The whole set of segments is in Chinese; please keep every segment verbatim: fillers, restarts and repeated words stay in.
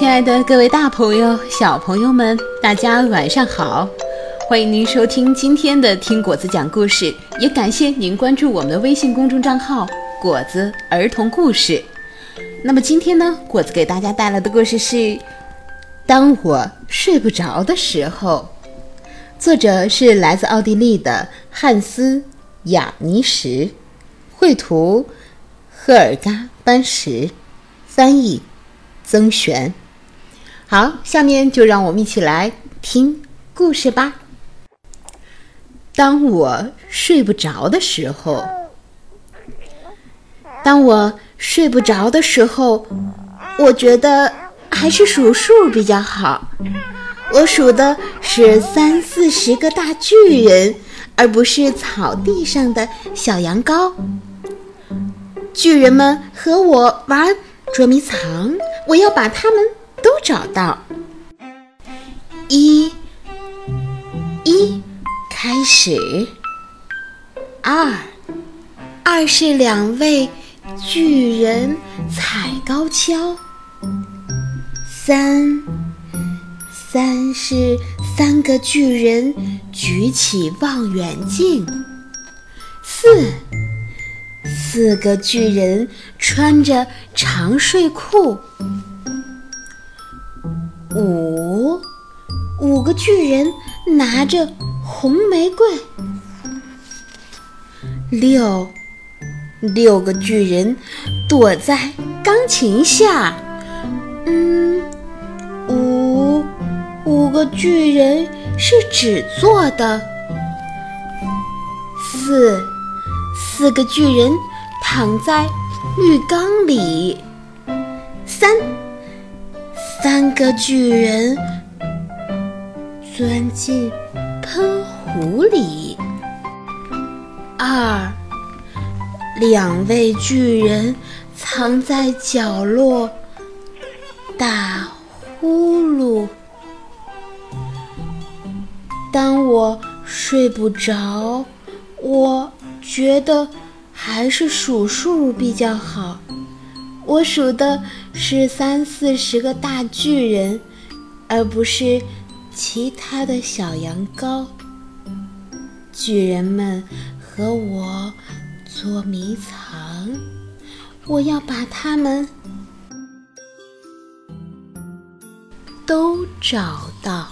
亲爱的各位大朋友、小朋友们，大家晚上好！欢迎您收听今天的听果子讲故事，也感谢您关注我们的微信公众账号果子儿童故事。那么今天呢，果子给大家带来的故事是当我睡不着的时候，作者是来自奥地利的汉斯·雅尼什，绘图赫尔嘎班什，翻译曾璇。好，下面就让我们一起来听故事吧。当我睡不着的时候，当我睡不着的时候，我觉得还是数数比较好。我数的是三四十个大巨人，而不是草地上的小羊羔。巨人们和我玩捉迷藏，我要把他们都找到。一，一开始。二，二是两位巨人踩高跷。三，三是三个巨人举起望远镜。四，四个巨人穿着长睡裤。五，五个巨人拿着红玫瑰。六，六个巨人躲在钢琴下。嗯，五，五个巨人是纸做的。四，四个巨人躺在浴缸里。三，三个巨人钻进喷壶里。二，两位巨人藏在角落打呼噜。当我睡不着，我觉得还是数数比较好。我数的是三四十个大巨人，而不是其他的小羊羔。巨人们和我捉迷藏，我要把他们都找到。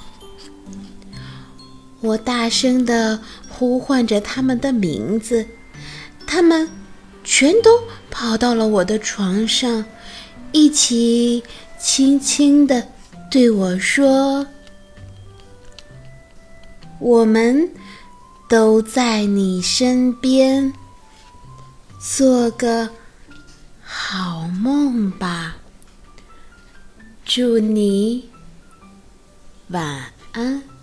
我大声地呼唤着他们的名字，他们全都跑到了我的床上，一起轻轻地对我说：我们都在你身边，做个好梦吧，祝你晚安。